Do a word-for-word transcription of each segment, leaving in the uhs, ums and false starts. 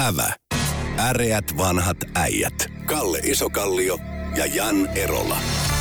Ävä. Äreät vanhat äijät. Kalle Isokallio ja Jan Erola.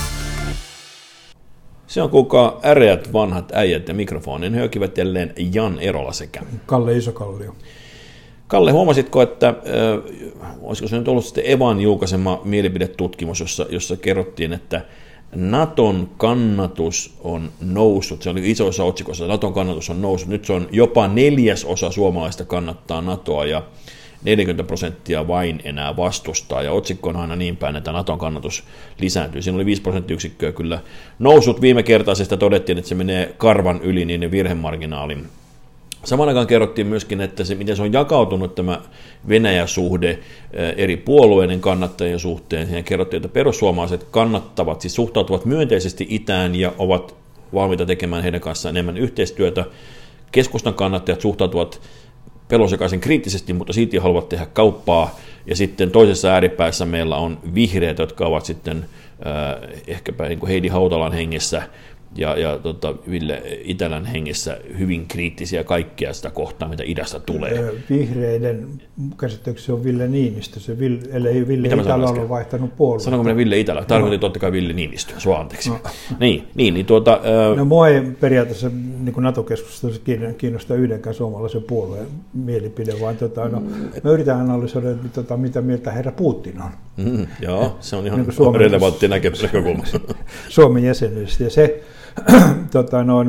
Se on kuulkaa äreät vanhat äijät ja mikrofonin höykivät jälleen Jan Erola sekä Kalle Isokallio. Kalle, huomasitko, että äh, olisiko se nyt ollut sitten Evan julkaisema mielipidetutkimus, jossa, jossa kerrottiin, että Naton kannatus on noussut, se oli isoissa otsikoissa, Naton kannatus on noussut, nyt se on jopa neljäsosa suomalaista kannattaa Natoa ja neljäkymmentä prosenttia vain enää vastustaa, ja otsikko on aina niin päin, että Naton kannatus lisääntyy. Siinä oli viisi prosenttiyksikköä kyllä noussut viime kertaisesta, todettiin, että se menee karvan yli niiden virhemarginaalin. Samaan aikaan kerrottiin myöskin, että se, miten se on jakautunut tämä Venäjä-suhde eri puolueiden kannattajien suhteen. Siinä kerrottiin, että perussuomalaiset kannattavat, siis suhtautuvat myönteisesti itään ja ovat valmiita tekemään heidän kanssaan enemmän yhteistyötä. Keskustan kannattajat suhtautuvat pelonsekaisen kriittisesti, mutta silti haluavat tehdä kauppaa. Ja sitten toisessa ääripäässä meillä on vihreät, jotka ovat sitten äh, ehkäpä niin kuin Heidi Hautalan hengessä ja, ja tota, Ville Itälän hengessä hyvin kriittisiä kaikkea sitä kohtaa, mitä idästä tulee. Vihreiden käsittääkseni on Ville Niinistö, se Ville, ellei Ville Itälä ole vaihtanut puolueen. Sanonko minä Ville Itälä? Tarkoitin no. totta kai Ville Niinistö, sua anteeksi. No. Niin, niin, niin tuota... Ää... No mua ei periaatteessa niin NATO-keskustelussa kiinnostaa yhdenkään suomalaisen puolueen mielipide, vaan tota, no, me yritetään analysoida, tota, mitä mieltä herra Putin on. Mm, joo, se on ihan niin relevantti näkökulma. Suomen jäsenyys ja se... tota, no,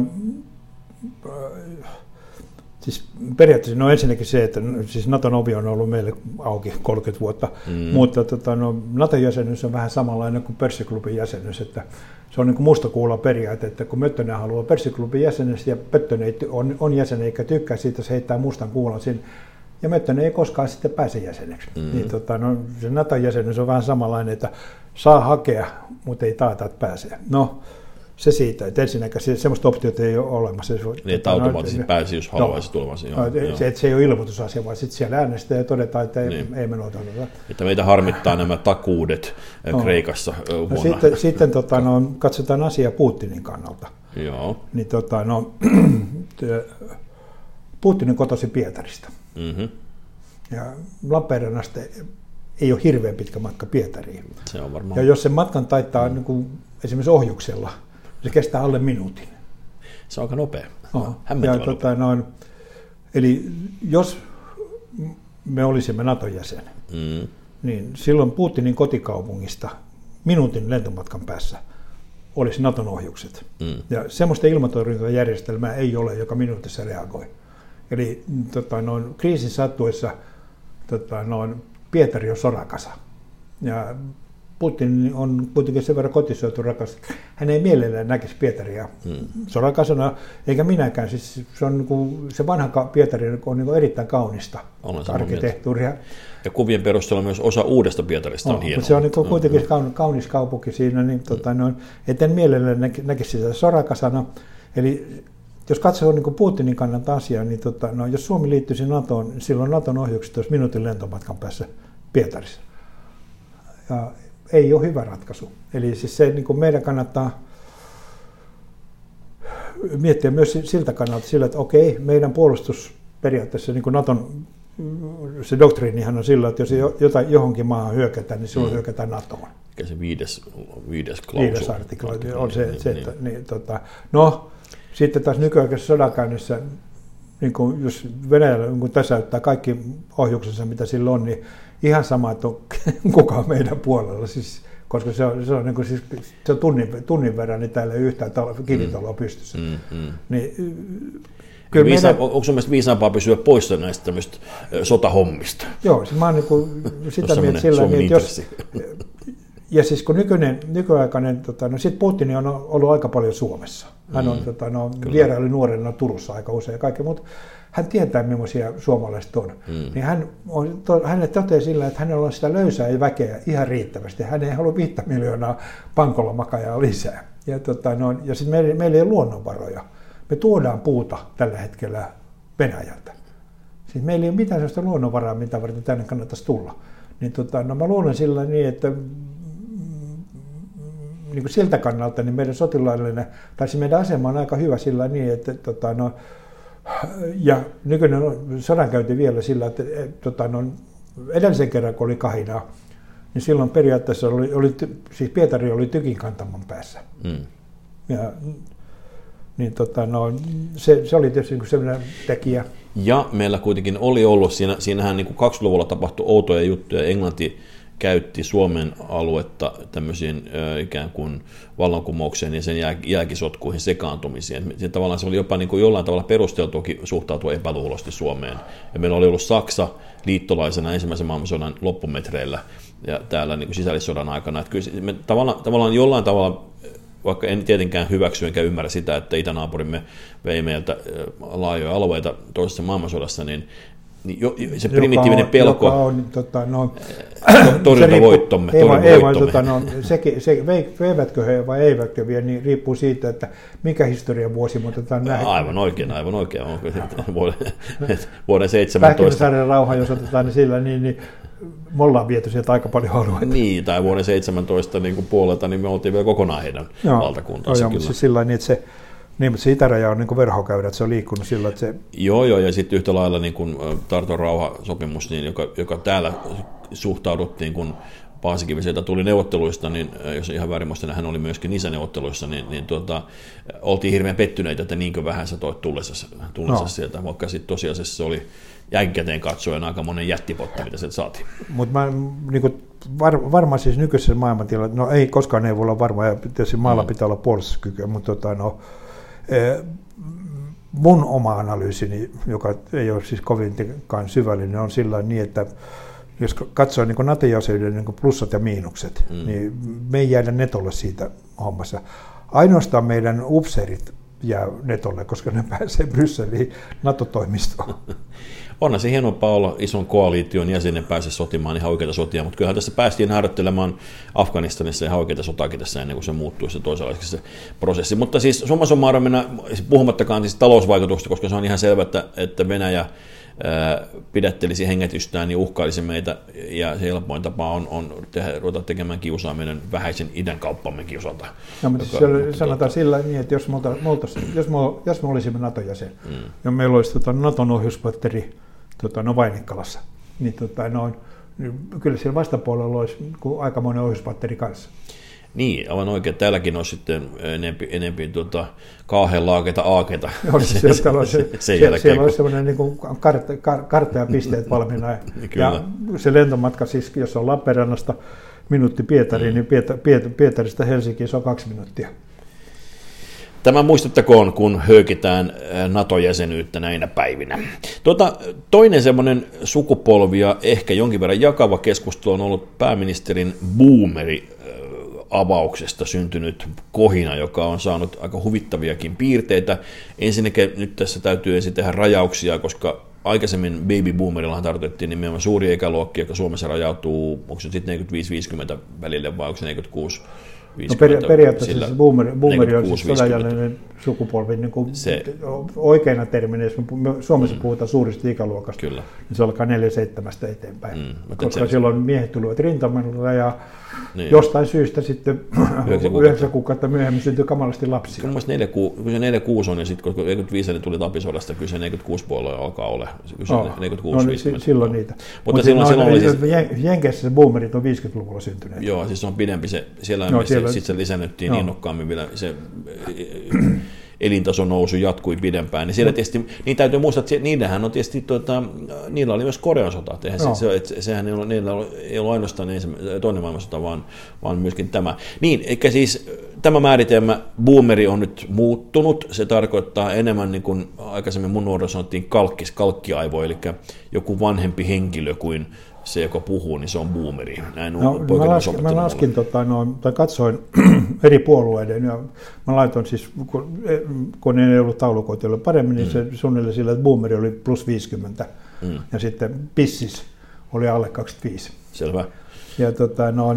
siis periaatteessa no ensinnäkin se, että siis Naton ovi on ollut meille auki kolmekymmentä vuotta, mm. mutta tota, no, Naton jäsenyys on vähän samanlainen kuin Perssiklubin jäsenyys, että se on niin kuin mustakuulla periaate, että kun Möttönen haluaa Perssiklubin jäsenyys ja Pöttönen on, on jäsen eikä tykkää siitä, se heittää mustan kuulan sinne. Ja Möttönen ei koskaan sitten pääse jäseneksi. Mm. Niin, tota, no, se Naton jäsenyys on vähän samanlainen, että saa hakea, mutta ei taata, että pääsee. No, se siitä, että ensinnäkään se, semmoista optiota ei ole olemassa. Niin, että automaattisesti no, pääsi, jos haluaisi no, tulemassa. Joo, no, se, että se ei ole ilmoitusasia, vaan sitten siellä äänestetään ja todetaan, että niin. ei, ei me noita. Että meitä harmittaa nämä takuudet no. Kreikassa vuonna. No, sitten sitten tota, no, katsotaan asiaa Putinin kannalta. Joo. Niin, tota, no, Putin on kotoisin Pietarista. Mm-hmm. Ja Lappeenrannasta ei ole hirveän pitkä matka Pietariin. Se on varmaan. Ja jos sen matkan taittaa mm. niin kuin esimerkiksi ohjuksella, se kestää alle minuutin. Se on aika nopea. No. Ja, tota, no, eli jos me olisimme Naton jäsen, mm. niin silloin Putinin kotikaupungista minuutin lentomatkan päässä olisi Naton ohjukset. Mm. Ja semmoista ilmatorjuntajärjestelmää ei ole, joka minuutissa reagoi. Eli tota, noin, kriisin sattuessa tota, noin, Pietari on sorakasa. Ja Putin on kuitenkin sen verran kotisoitu rakas. Hän ei mielellään näkisi Pietaria hmm. sorakasana, eikä minäkään. Siis se, on, niin kuin, se vanha Pietari on niin kuin erittäin kaunista arkkitehtuuria. Ja kuvien perusteella myös osa uudesta Pietarista on no, hienoa. Se on niin kuin kuitenkin no, kaunis kaupunki siinä, niin, tota, no, etten mielellään näkisi sitä sorakasana. Eli jos katsoo niin kuin Putinin kannalta asiaa, niin tota, no, jos Suomi liittyisi NATOon, niin silloin Naton ohjukset olisi minuutin lentomatkan päässä Pietarissa. Ja ei ole hyvä ratkaisu. Eli siis se, niin kuin meidän kannattaa miettiä myös siltä kannalta sillä, että okei, meidän puolustus periaatteessa, niin kuin Naton se doktriinihan on sillä, että jos jotain, johonkin maahan hyökätään, niin silloin mm. hyökätään NATOon. Mikä se viides, viides klausu? Viides artikla on se, niin, se että niin. Niin, tota, no, sitten taas nykyaikaisessa sodankäynnissä, niin kun, jos Venäjällä niin kun täsäyttää kaikki ohjuksensa, mitä sillä on, niin ihan sama, että on kuka on meidän puolella. Siis, koska se on, se on, niin kun, siis, se on tunnin, tunnin verran, niin täällä ei yhtään talo, kivitaloa pystyssä. Mm, mm. Niin, kyllä Viisa, meidän... Onko sun mielestä viisaampaa pysyä poissa näistä tämmöistä sotahommista? Joo, siis mä oon niin sitä mieltä sillä niin, että jos... Ja siis kun nykyinen, nykyaikainen, tota, no sit Putin on ollut aika paljon Suomessa. Hän on mm, tota, no, vieraili nuorena Turussa aika usein ja kaikkea, mutta hän tietää, millaisia suomalaiset on. Mm. Niin hän on, to, hänelle toteaa sillä, että hänellä on sitä löysää ja väkeä ihan riittävästi. Hän ei halua viittä miljoonaa pankolla makajaa lisää. Ja, tota, no, ja sitten meillä, meillä ei ole luonnonvaroja. Me tuodaan puuta tällä hetkellä Venäjältä. Siis meillä ei ole mitään sellaista luonnonvaraa, mitä varten tänne kannattaisi tulla. Niin, tota, no, mä luulen sillä niin, että niin kuin siltä kannalta niin meidän sotilaallinen, tai se meidän asema on aika hyvä sillä niin, että tota, no, Ja nykyinen sodankäynti vielä sillä, että tota, no, edellisen kerran kun oli kahinaa, niin silloin periaatteessa oli, oli siis Pietari oli tykin kantaman päässä. Mm. Ja, niin tota, no, se, se oli tietysti sellainen tekijä. Ja meillä kuitenkin oli ollut, siinä, siinähän niin kuin kaksikymmentäluvulla tapahtui outoja juttuja. Englanti käytti Suomen aluetta tämmöisiin ö, ikään kuin vallankumoukseen ja sen jäl- jälkisotkuihin sekaantumisiin. Ja tavallaan se oli jopa niin kuin jollain tavalla perusteltuakin suhtautua epäluuloisesti Suomeen. Ja meillä oli ollut Saksa liittolaisena ensimmäisen maailmansodan loppumetreillä ja täällä niin kuin sisällissodan aikana. Että kyllä me tavallaan, tavallaan jollain tavalla, vaikka en tietenkään hyväksy enkä ymmärrä sitä, että itänaapurimme vei meiltä laajoja alueita toisessa maailmansodassa, niin niin jo, se primitiivinen on, pelko, on, tota, no, torjuntavoittomme, ei, ei, ei, tota, no, sekin, se, veivätkö he vai eivätkö vie, niin riippuu siitä, että mikä historian vuosi me otetaan näin. Aivan oikein, aivan oikein. Vuoden, vuoden seitsemäntoista. Pähkinäsaaren rauha, jos otetaan niin sillä, niin, niin me ollaan viety sieltä aika paljon alueita. Niin, tai vuoden seitsemäntoista niin kuin puolelta, niin me oltiin vielä kokonaan heidän joo, valtakuntaansa. Joo, mutta siis sillä niin, että se Niin, mutta se itäraja on niin kuin verhokäyrä, että se on liikkunut sillä, että se... Joo, joo, ja sitten yhtä lailla niin kuin Tarton rauhasopimus, niin joka, joka täällä suhtauduttiin, kun Paasikivi sieltä tuli neuvotteluista, niin jos ihan väärin muistan, hän oli myöskin niissä neuvotteluissa, niin, niin tuota, oltiin hirveän pettyneitä, että niinkö vähän sä toit tullessa, tullessa no. sieltä, vaikka sitten tosiasiassa se oli jälkikäteen katsoen aika monen jättipotti, mitä sieltä saatiin. Mutta mä niin kuin var, varmaan siis nykyisessä maailmantilassa, no ei koskaan ei voi olla varma, ja tietysti maalla mm. pitää olla puolustuskykyä, mutta tota, no, mun oma analyysini, joka ei ole siis kovinkaan syvällinen, on sillä niin, että jos katsoo niin NATO-jäsenyyden niin plussat ja miinukset, mm. niin me ei jäädä netolle siitä hommassa. Ainoastaan meidän upseerit jää netolle, koska ne pääsee Brysseliin NATO-toimistoon. Onhan se hienompaa olla ison koaliition jäsenen pääse sotimaan ihan oikeita sotia, mutta kyllähän tässä päästiin harjoittelemaan Afganistanissa ihan oikeita sotaakin tässä ennen kuin se muuttui se toisenlaiseksi se prosessi. Mutta siis summa summarum, puhumattakaan siis talousvaikutusta, koska se on ihan selvä, että, että Venäjä ää, pidättelisi hengätystään ja uhkailisi meitä, ja se helpoin tapa on, on tehdä, ruveta tekemään kiusaa meidän vähäisen idän kauppamme kiusalta. No, mutta joka, se, mutta sanotaan tuota, sillä niin, että jos me, jos me, jos me olisimme NATO-jäsen, mm. ja meillä olisi tuota Naton ohjuspatteri Tota, no Vainikkalassa, niin, tota, no, niin kyllä siellä vastapuolella olisi aikamoinen ohjuspatteri kanssa. Niin, aivan oikein. Täälläkin on sitten enempi, enempi tuota, kaaheen laaketa aakeita. Joo, siis se, se, se, se, se, jälkeen, siellä kun... olisi sellainen niin kuin kartta, kar, kartta ja pisteet valmiina. Ja se lentomatka, siis, jos on Lappeenrannasta minuutti Pietariin, mm. niin Pieta, Piet, Pietarista Helsinkiin se on kaksi minuuttia. Tämä muistettakoon, kun höykitään NATO-jäsenyyttä näinä päivinä. Tuota, toinen semmoinen sukupolvi ja ehkä jonkin verran jakava keskustelu on ollut pääministerin boomeri-avauksesta syntynyt kohina, joka on saanut aika huvittaviakin piirteitä. Ensinnäkin nyt tässä täytyy ensin tehdä rajauksia, koska aikaisemmin baby boomerillahan tarkoitettiin nimenomaan suuria ikäluokkia, joka Suomessa rajautuu, onko se sitten neljäkymmentäviisi viisikymmentä välille vai onko se neljäkymmentäkuusi No per, periaatteessa sillä, se boomeri, boomeri on siis sodanjälkeinen sukupolvi, niin kuin se, oikeina terminä, jos me Suomessa mm. puhutaan suurista ikäluokasta, kyllä. niin se alkaa neljäkymmentäseitsemän eteenpäin, mm, koska se, silloin miehet tulivat rintamalla ja niin. jostain syystä sitten yhdeksän kuukautta myöhemmin syntyi kamalasti lapsia. Kyllä se neljäkymmentäkuusi on ja sitten kun neljäkymmentäviisi tuli Tapisodasta, kyllä se neljäkymmentäkuusi puolella alkaa olla. Kyllä se no, neljäkymmentäkuusi, no, niin, silloin niitä. Mutta Mut silloin, silloin oli siis... Jenkeissä se boomerit on viisikymmentäluvulla syntyneet. Joo, siis se on pidempi se, siellä no, se, sitten se lisännettiin no. innokkaammin vielä se elintason nousu jatkui pidempään, niin siellä no. tietysti, niin täytyy muistaa, että niillähän on tietysti, tuota, niillä oli myös Korean sota, no. se, se, sehän ei ollut, niillä ei ollut ainoastaan toinen maailmansota, vaan, vaan myöskin tämä. Niin, eikä siis tämä määritelmä, boomeri on nyt muuttunut, se tarkoittaa enemmän niin kuin aikaisemmin mun nuoruudessa sanottiin kalkkis, kalkkiaivo, eli joku vanhempi henkilö kuin se, joka puhuu, niin se on boomeri. Näin on no, mä laskin, mä laskin tota, no, tai katsoin eri puolueiden, ja mä laitoin siis, kun, kun ei ollut taulukoita ollut paremmin, niin mm. se suunnilleen sillä, että boomeri oli plus viisikymmentä, mm. ja sitten pissis oli alle kaksikymmentäviisi. Selvä. Ja tota, no,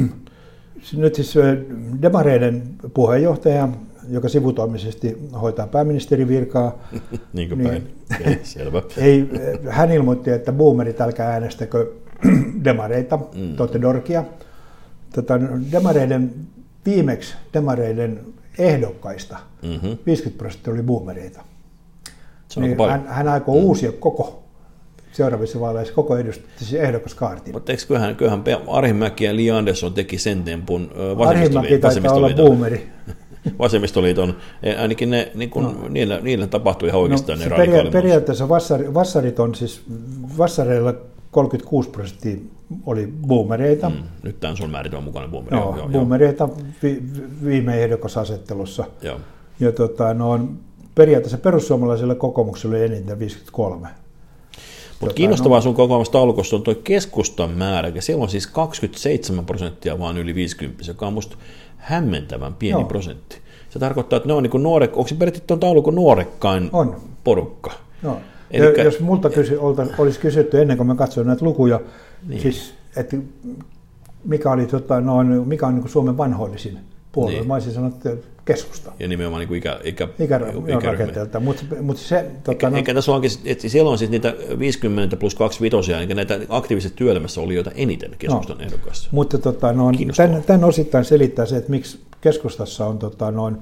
nyt siis demareiden puheenjohtaja, joka sivutoimisesti hoitaa pääministerin virkaa. niin kuin päin. Niin, okay, selvä. Ei, hän ilmoitti, että boomerit, älkää äänestäkö demareita, mm. te olette dorkia. Tota, demareiden, viimeksi demareiden ehdokkaista mm-hmm. viisikymmentä prosenttia oli boomereita. niin hän, hän aikoo mm. uusia koko seuraavissa vaaleissa koko edustus ehdokaskaartin. Mutta eikö kyllähän, kyllähän Arhimäki ja Li Andersson teki sen tempun Arhimäki taitaa olla boomeri. Vasemmistoliiton, ainakin ne, niin kun, no. niillä, niillä tapahtui ihan oikeastaan no, ne radikaalimmat. Periaatteessa vassari, vassarit on siis, vassareilla kolmekymmentäkuusi prosenttia oli boomereita. Mm, nyt tämän sun määritelmä on mukana boomeri. No, joo, boomereita vi, viime ehdokasasettelussa. Joo. Ja tota, no, periaatteessa perussuomalaisilla kokoomuksella oli enintään viisikymmentäkolme. Mutta kiinnostavaa sun kokoomassa taulukossa on tuo keskustan määrä, ja siellä on siis kaksikymmentäseitsemän prosenttia vaan yli viisikymmentä, joka on musta hämmentävän pieni Joo. prosentti. Se tarkoittaa, että ne on niin kuin nuorek, onko se periaatteessa tuon taulukon nuorekkain on. porukka? No. Elikkä, jos multa kysy, olisi kysytty ennen kuin mä katsoin näitä lukuja, niin. siis, että mikä, oli, tota, noin, mikä on niin kuin Suomen vanhoillisin puolue, niin. mä olisin sanonut, että keskusta. Ja nimenomaan niin kuin ikä, ikä, ikä, ikärakenteelta. Mutta mut se, tota, eikä, eikä tässä onkin, että siellä on siis niitä viisikymmentä plus kaksikymmentäviisi, eli näitä aktiivisessa työelämässä oli joita eniten keskustan no. ehdokkaassa. Mutta tota, noin, tämän, tämän osittain selittää se, että miksi keskustassa on tota, noin,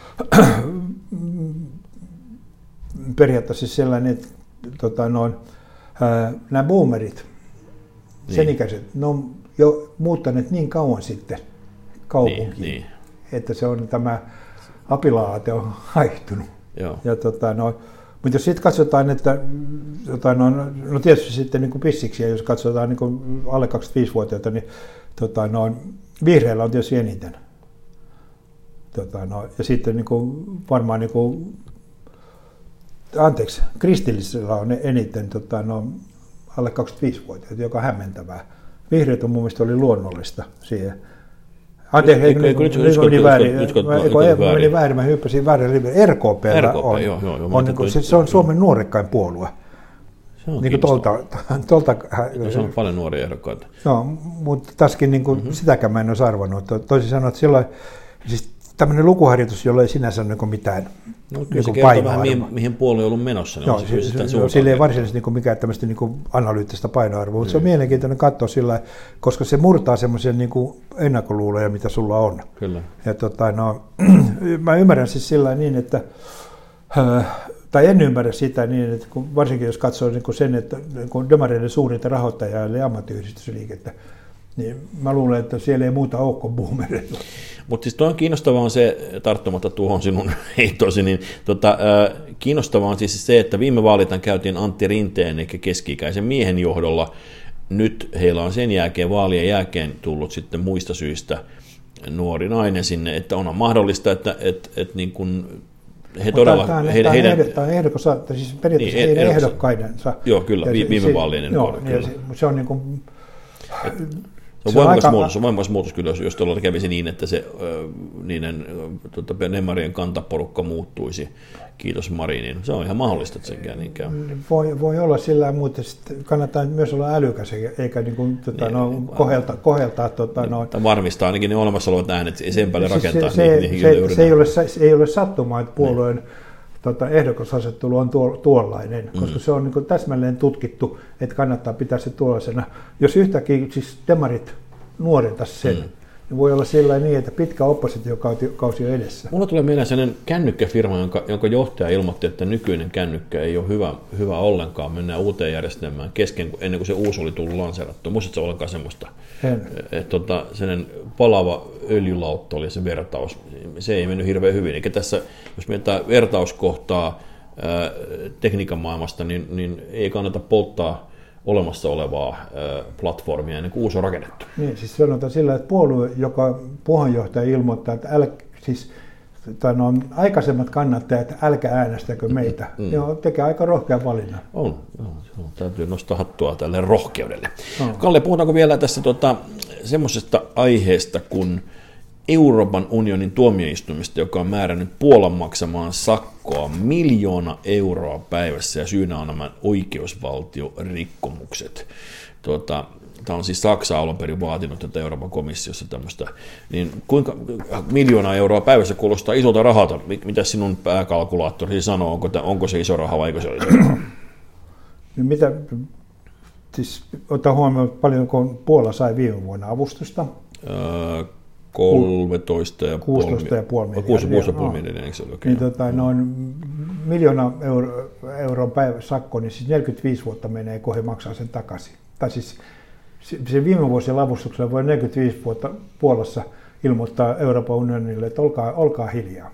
periaatteessa sellainen, että tota, noin, ää, nämä boomerit, niin. sen ikäiset, ne on jo muuttaneet niin kauan sitten kaupunkiin. Niin, niin. Että se on tämä apila-aate on haihtunut. Joo. Ja, tota, no, mutta jos sitten katsotaan, että tota, no, no tietysti sitten niin kuin pissiksiä, jos katsotaan niin kuin alle kaksikymmentäviisivuotiaita, niin tota, no, vihreillä on tietysti eniten. Tota, no, ja sitten niin kuin, varmaan, niin kuin, anteeksi, kristillisillä on eniten tota, no, alle kaksikymmentäviisivuotiaita, joka on hämmentävää. Vihreät on mun mielestä oli luonnollista siihen. Anteeksi, eikö nyt meni väärin, meni väärin, mä hyppäsin väärin, R K P:llä on, joo, joo, joo, on niin kuin, se on Suomen nuorekkain puolue. Se on niin tolta, tolta, se on paljon nuoria ehdokkaita. Joo, mutta tässäkin niin kuin, mm-hmm. sitäkään mä en olisi arvannut. Toisin sanoen, että silloin, siis tämmöinen lukuharjoitus, jolla ei sinänsä ole niin mitään no, kyllä se kertoo vähän, mihin, mihin puolue on ollut menossa. Joo, se, se, se, sillä ei varsinaisesti niin mikään tämmöistä niin analyyttistä painoarvoa, mutta mm. se on mielenkiintoinen katsoa sillä, koska se murtaa semmoisia niin ennakkoluuloja, mitä sulla on. Kyllä. Ja, tota, no, mä ymmärrän siis sillä niin, että, tai en ymmärrä sitä niin, että kun, varsinkin jos katsoo niin sen, että kun demareiden suurinta rahoittajaa eli ammattiyhdistysliikettä, niin mä luulen, että siellä ei muuta ole kuin boomereilla. Mutta siis on kiinnostavaa on se, tarttumatta tuohon sinun heittosi, niin tota, äh, kiinnostavaa on siis se, että viime vaalitan käytiin Antti Rinteen, eli keski-ikäisen miehen johdolla. Nyt heillä on sen jälkeen, vaalien jälkeen tullut sitten muista syistä nuori nainen sinne, että on mahdollista, että et, et niin kun he todella... Tämä on, heidän, heidän, tämä on ehdokas, siis periaatteessa niin, heidän ehdokkaidensa. Joo, kyllä, ja viime se, vaalien ennen joo, kyllä. Se, se on niin kuin... Se on voimakas aika... muutos, on voimakas muutos kyllä, jos, jos tuolla kävisi niin, että se niiden tuota, Demarien kantaporukka muuttuisi. Kiitos Marinin. Se on ihan mahdollista, että senkään niinkään. Voi, voi olla sillä, mutta kannattaa myös olla älykäs, eikä niin kuin, tota, niin, no, kohelta, koheltaa. Tota, no, varmistaa ainakin ne olemassa olevat äänet, ei sen päälle rakentaa. Se, se, niihin, se, se, se, ei ole, se ei ole sattumaa, että puolueen niin. tota, ehdokasasettelu on tuo, tuollainen, mm. koska se on niin kuin täsmälleen tutkittu, että kannattaa pitää se tuollaisena. Jos yhtäkkiä siis demarit nuorentaisi sen, mm. niin voi olla sillä niin, että pitkä oppositiokausi on edessä. Mulla tulee mieleen sellainen kännykkäfirma, jonka, jonka johtaja ilmoitti, että nykyinen kännykkä ei ole hyvä, hyvä ollenkaan. Mennään uuteen järjestelmään kesken, ennen kuin se uusi oli tullut lanseerattua. Muistatko ollenkaan semmoista? Että tota, sellainen palava öljylautto oli se vertaus. Se ei mennyt hirveän hyvin. Eikä tässä, jos mietitään vertauskohtaa ää, tekniikan maailmasta, niin, niin ei kannata polttaa olemassa olevaa ä, platformia ennen kuin uusi on rakennettu. Niin, siis sanotaan sillä, että puolue, joka puheenjohtaja ilmoittaa, että äl, siis, no, aikaisemmat kannattajat, älkää äänestäkö meitä, mm. ne tekee aika rohkean valinnan. On, on, on, täytyy nostaa hattua tälle rohkeudelle. On. Kalle, puhutaanko vielä tässä tota, semmoisesta aiheesta, kun Euroopan unionin tuomioistuimista, joka on määrännyt Puolan maksamaan sakkoa miljoona euroa päivässä, ja syynä on nämä oikeusvaltiorikkomukset. Tuota, tämä on siis Saksa alun perin vaatinut tätä Euroopan komissiossa tämmöistä, niin kuinka miljoona euroa päivässä kuulostaa isolta rahalta? Mitä sinun pääkalkulaattori sanoo, onko, onko se iso raha vai eikö se ole iso raha? No mitä, siis ottaa huomioon paljonko Puola sai viime vuonna avustusta? Öö, kolmetoista pilkku kuusitoista pilkku viisi miljardia. kuusitoista pilkku viisi miljardia, eikö se ole oikein? Niin, tota, noin miljoona euro, euron päivä sakko, niin siis neljäkymmentäviisi vuotta menee, kun he maksaa sen takaisin. Tai siis se viime vuosien avustuksella voi neljäkymmentäviisi vuotta Puolassa ilmoittaa Euroopan unionille, että olkaa, olkaa hiljaa.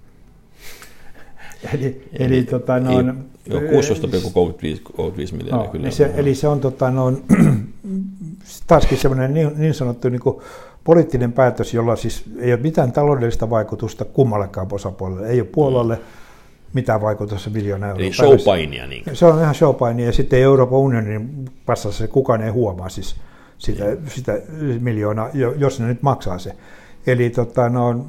Eli, eli, eli tota, noin, kuusitoista pilkku kolmekymmentäviisi miljardia no, kyllä. Niin se, eli se on tota, noin, taaskin semmoinen niin, niin sanottu niin kuin poliittinen päätös, jolla siis ei ole mitään taloudellista vaikutusta kummallekaan osapuolelle. Ei ole Puolalle mm. mitään vaikutusta miljoona euroa. Eli showpainia. Niin. Se on ihan showpainia ja sitten Euroopan unionin passassa kukaan ei huomaa siis sitä, mm. sitä miljoonaa, jos ne nyt maksaa se. Eli tota, no,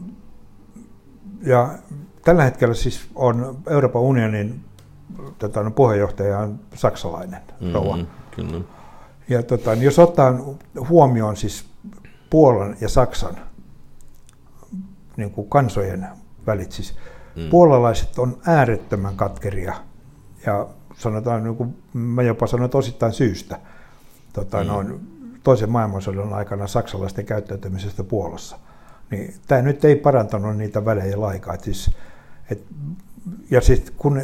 ja tällä hetkellä siis on Euroopan unionin tota, no, puheenjohtaja on saksalainen mm-hmm, rouva. Kyllä. Ja tota, jos ottaa huomioon siis Puolan ja Saksan niin kuin kansojen välit, siis mm. puolalaiset on äärettömän katkeria ja sanotaan, niin kuin, mä jopa sanon osittain syystä, tota, mm. noin, toisen maailmansodan aikana saksalaisten käyttäytymisestä Puolassa. Niin, tämä nyt ei parantanut niitä välejä laikaa. Et siis, et, ja sitten kun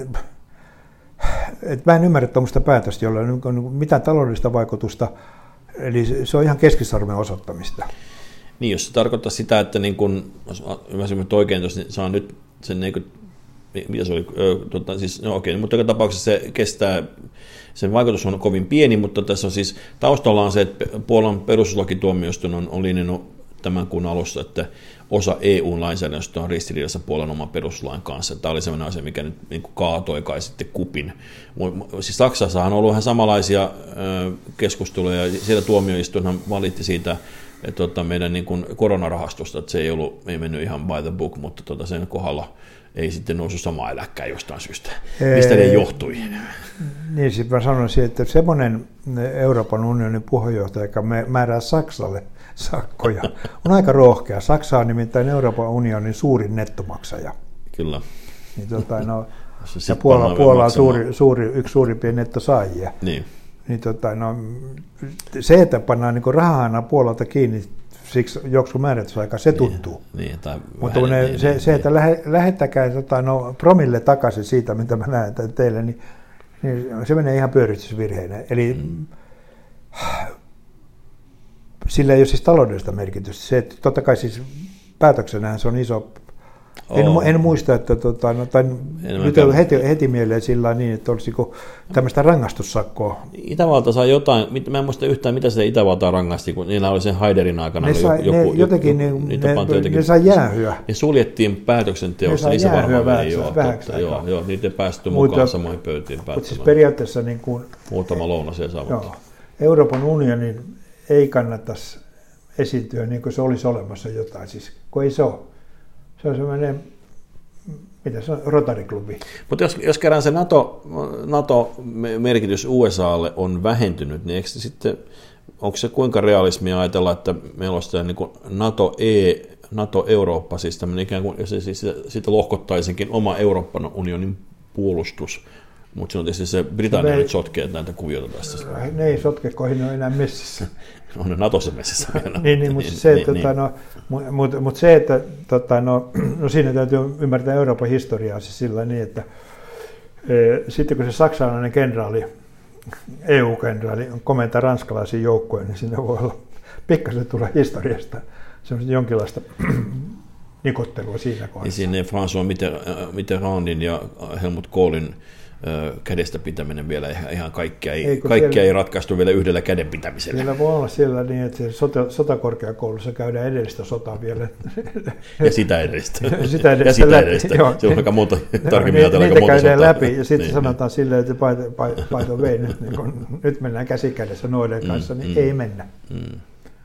et mä en ymmärrä tuommoista päätöstä, jolla ei ole mitään taloudellista vaikutusta, eli se on ihan keskisormen osoittamista. Niin, jos se tarkoittaa sitä, että niin kun, jos ymmärsin oikein, jos niin saa nyt sen, niin kuin, mitä se oli, tota, siis, no okei, mutta joka tapauksessa se kestää, sen vaikutus on kovin pieni, mutta tässä on siis, taustalla on se, että Puolan perustuslakituomioistuin on, on linjannut tämän kuun alussa, että osa E U-lainsäädännöstä on ristiriidassa Puolan oman perustuslain kanssa. Tämä oli sellainen asia, mikä nyt niin kuin kaatoi kai sitten kupin. Siis Saksassahan on ollut ihan samanlaisia keskusteluja, ja siellä tuomioistuinhan valitti siitä että tota, meidän niin kuin koronarahastosta, että se ei, ollut, ei mennyt ihan by the book, mutta tota, sen kohdalla ei sitten noussut samaa eläkkää jostain syystä. Mistä ne johtui? Niin, sitten mä sanoisin, että semmoinen Euroopan unionin puheenjohtaja, joka määrää Saksalle sakkoja, on aika rohkea. Saksa on nimittäin Euroopan unionin suurin nettomaksaja. Kyllä. Niin, tota, no, ja Puola, Puola on suuri, suuri, yksi suurimpia nettosaajia. Niin. Niin, tota, no, se, että pannaan niin rahana Puolalta kiinni siksi joku määrätysaika, se tuntuu. Niin, niin, tai mutta ne, niin, se, niin, se, että niin. lähettäkää tota, no, promille takaisin siitä, mitä mä näen teille, niin, niin se menee ihan pyöristysvirheinä. Eli mm. sillä ei ole siis taloudellista merkitystä. Se, että totta kai siis päätöksenään se on iso. En, en muista, että tota, no, tai nyt on heti, heti mieleen sillä niin, että olisiko tämmöistä rangaistussakkoa. Itävalta saa jotain, mä en muista yhtään, mitä se Itävaltaa rangaisti, kun niillä oli sen Haiderin aikana. Ne sai, joku, ne, jotenkin, joku, ne, ne, jotenkin, ne sai jäähyä. Ne suljettiin päätöksenteossa, niissä varmaan vähäksi, joo, totta, joo, joo, niitä ei päästy mukaan Mutta, samoihin pöytiin päättämään. Mutta siis periaatteessa niin kuin, muutama lounaseen saavat. Euroopan unionin ei kannattaisi esiintyä niin kuin se olisi olemassa jotain, siis kun ei se ole. Se on semmoinen, mitä se on, Rotary-klubi. Mutta jos, jos kerran se NATO, NATO-merkitys U S A:lle on vähentynyt, niin eikö se sitten, onko se kuinka realismia ajatella, että meillä olisi tämä niin kuin NATO, e, NATO-Eurooppa, siis tämmöinen ikään kuin, jos se siis siitä lohkottaisinkin oma Euroopan unionin puolustus, mutta se on tietysti se Britannia nyt sotkee näitä kuvioita tässä. Ne ei sotke, kun ei ole enää messissä. On ne Natossa messissä. niin, niin, mutta se, niin, tota, niin. No, mut, mut se, että tota, no, no siinä täytyy ymmärtää Euroopan historiaa siis sillä niin, että e, sitten kun se saksalainen kenraali, E U-kenraali, komentaa ranskalaisia joukkoja, niin siinä voi olla pikkasen tulla historiasta semmoista jonkinlaista nikottelua siinä kohdassa. Ja sinne François Mitterrandin ja Helmut Kohlin kädestä pitäminen vielä ihan kaikkea ei, ei, kaikkea siellä, ei ratkaistu vielä yhdellä käden pitämisellä. Siellä voi olla siellä niin, että sota, sotakorkeakoulussa käydään edellistä sotaa vielä. Ja sitä edellistä. sitä edellistä. Ja sitä edellistä. Joo, se on aika monta tarkemmin ajatella aika monta sotaa. Niitä käydään läpi ja sitten niin, sanotaan niin. Silleen, että by the way, nyt, niin kun, nyt mennään käsikädessä noiden mm, kanssa, niin mm, ei mennä. Mm.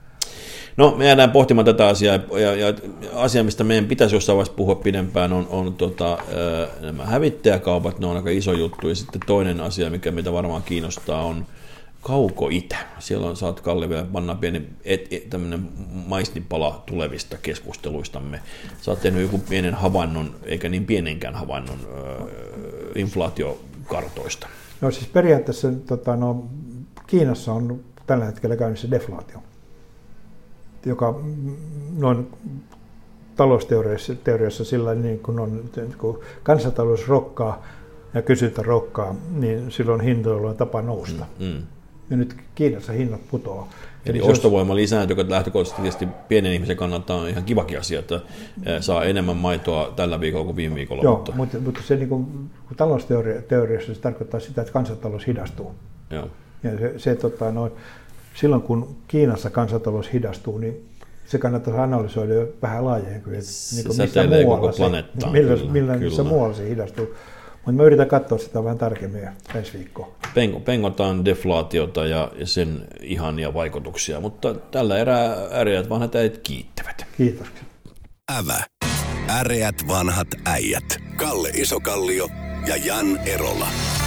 No, me jäädään pohtimaan tätä asiaa, ja, ja asia, mistä meidän pitäisi jossain vaiheessa puhua pidempään, on, on tota, ää, nämä hävittäjäkaupat, ne on aika iso juttu, ja sitten toinen asia, mikä meitä varmaan kiinnostaa, on Kauko-Itä. Siellä on, saat Kalle vielä panna pieni et, et, tämmöinen maistinpala tulevista keskusteluistamme. Sä oot tehnyt joku pienen havainnon, eikä niin pienenkään havainnon ää, inflaatiokartoista. No siis periaatteessa tota, no, Kiinassa on tällä hetkellä käynnissä deflaatio. joka noin talousteoriassa teoriassa sillä niin kun on kun kansantalous rokkaa ja kysyntä rokkaa, niin silloin hintoilla on tapa nousta. Mm, mm. Ja nyt Kiinassa hinnat putoaa. Eli, Eli ostovoima lisääntyy, joka lähtökohtaisesti tietysti pienen ihmisen kannalta on ihan kivakin asia, että saa enemmän maitoa tällä viikolla kuin viime viikolla. Joo, mutta, mutta, mutta se niin kuin, kun talousteoriassa se tarkoittaa sitä, että kansantalous hidastuu. Joo. Ja se, se, tota, noin, silloin kun Kiinassa kansantalous hidastuu, niin se kannattaa analysoida jo vähän laajemmin, että niin kuin missä muualla se, millä, kyllä, millä kyllä. missä muualla se hidastuu. Mutta mä yritän katsoa sitä vähän tarkemmin ensi viikkoa. Pengotaan deflaatiota ja sen ihania vaikutuksia, mutta tällä erää äreät vanhat äijät kiittävät. Kiitoksia. Ävä. Äreät vanhat äijät. Kalle Isokallio ja Jan Erola.